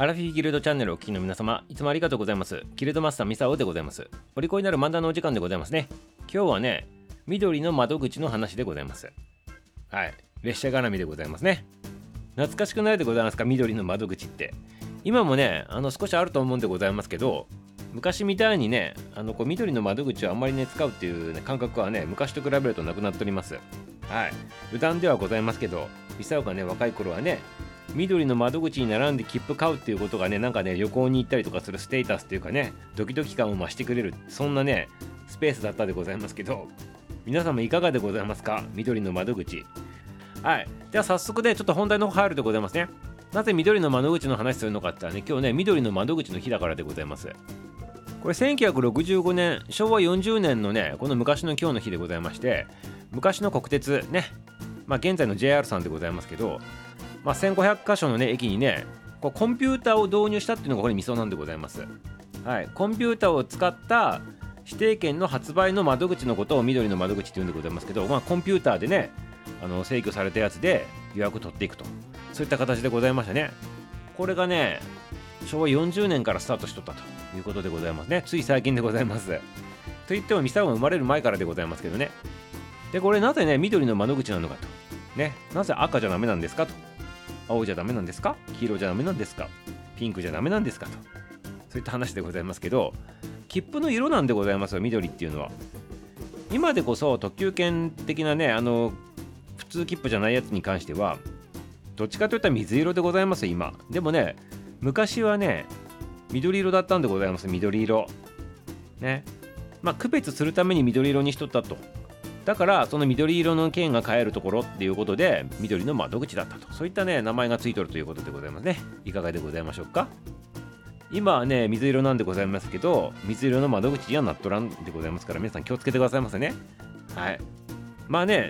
アラフィフギルドチャンネルをお聞きの皆様、いつもありがとうございます。ギルドマスターミサオでございます。お利口になる漫談のお時間でございますね。今日はね、緑の窓口の話でございます。はい、列車絡みでございますね。懐かしくないでございますか、緑の窓口って。今もね、少しあると思うんでございますけど、昔みたいにね、緑の窓口をあんまりね、使うっていう、ね、感覚はね、昔と比べるとなくなっております。はい、余談ではございますけど、ミサオがね、若い頃はね、緑の窓口に並んで切符買うっていうことがね、なんかね、旅行に行ったりとかするステータスっていうかね、ドキドキ感を増してくれる、そんなね、スペースだったでございますけど、皆様いかがでございますか、緑の窓口。はい、では早速ね、ちょっと本題の方入るでございますね。なぜ緑の窓口の話するのかってね、今日ね、緑の窓口の日だからでございます。これ1965年、昭和40年のね、この昔の今日の日でございまして、昔の国鉄ね、現在の JR さんでございますけど、1500箇所のね、駅にね、コンピューターを導入したっていうのがこれミソなんでございます。はい、コンピューターを使った指定券の発売の窓口のことを緑の窓口っていうんでございますけど、コンピューターでね、制御されたやつで予約取っていくと、そういった形でございましたね。これがね、昭和40年からスタートしとったということでございますね。つい最近でございます。と言ってもミサオが生まれる前からでございますけどね。で、これなぜね、緑の窓口なのかと。ね、なぜ赤じゃダメなんですかと。青じゃダメなんですか、黄色じゃダメなんですか、ピンクじゃダメなんですかと、そういった話でございますけど、切符の色なんでございますよ、緑っていうのは。今でこそ特急券的なね、普通切符じゃないやつに関してはどっちかといったら水色でございますよ、今。でもね、昔はね、緑色だったんでございます。緑色ね、区別するために緑色にしとったと。だからその緑色の券が買えるところっていうことで緑の窓口だったと、そういったね、名前がついとるということでございますね。いかがでございましょうか。今はね、水色なんでございますけど、水色の窓口にはなっとらんでございますから、皆さん気をつけてくださいませね。はい、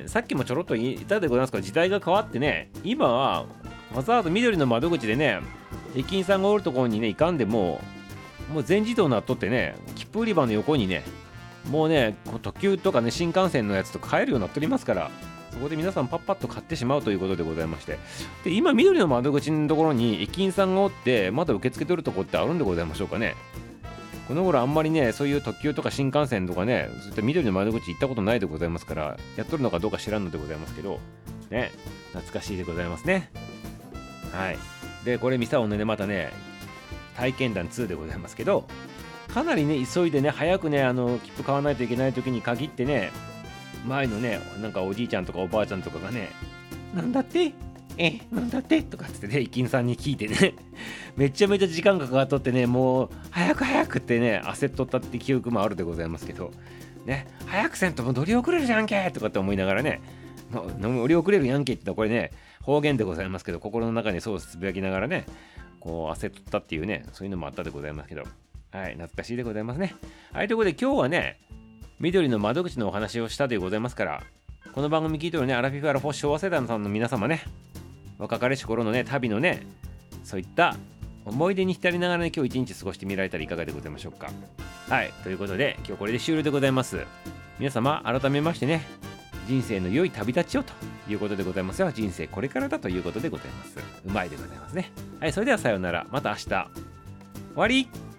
さっきもちょろっと言ったでございますけど、時代が変わってね、今はわざわざ緑の窓口でね、駅員さんがおるところにね、行かんでもう全自動になっとってね、切符売り場の横にね、もうね、特急とかね、新幹線のやつとか買えるようになっておりますから、そこで皆さんパッパッと買ってしまうということでございまして、で、今緑の窓口のところに駅員さんがおってまだ受け付けとるところってあるんでございましょうかね。この頃あんまりね、そういう特急とか新幹線とかね、そういった緑の窓口行ったことないでございますから、やっとるのかどうか知らんのでございますけどね、懐かしいでございますね。はい、で、これミサオのね、またね、体験談2でございますけど、かなりね、急いでね、早くね、切符買わないといけない時に限ってね、前のね、なんかおじいちゃんとかおばあちゃんとかがね、なんだってなんだってとかつってね、駅員さんに聞いてねめちゃめちゃ時間がかかっとってね、もう早く早くってね、焦っとったって記憶もあるでございますけどね、早くせんともう乗り遅れるじゃんけとかって思いながらね、乗り遅れるやんけってのはこれね、方言でございますけど、心の中にそうつぶやきながらね、こう焦っとったっていうね、そういうのもあったでございますけど、はい、懐かしいでございますね。はい、ということで今日はね、緑の窓口のお話をしたでございますから、この番組聞いてるね、アラフィフアラフォー昭和世代さんの皆様ね、若かりし頃のね、旅のね、そういった思い出に浸りながらね、今日一日過ごしてみられたらいかがでございましょうか。はい、ということで今日これで終了でございます。皆様改めましてね、人生の良い旅立ちをということでございますよ。人生これからだということでございます。うまいでございますね。はい、それではさようなら、また明日。終わり。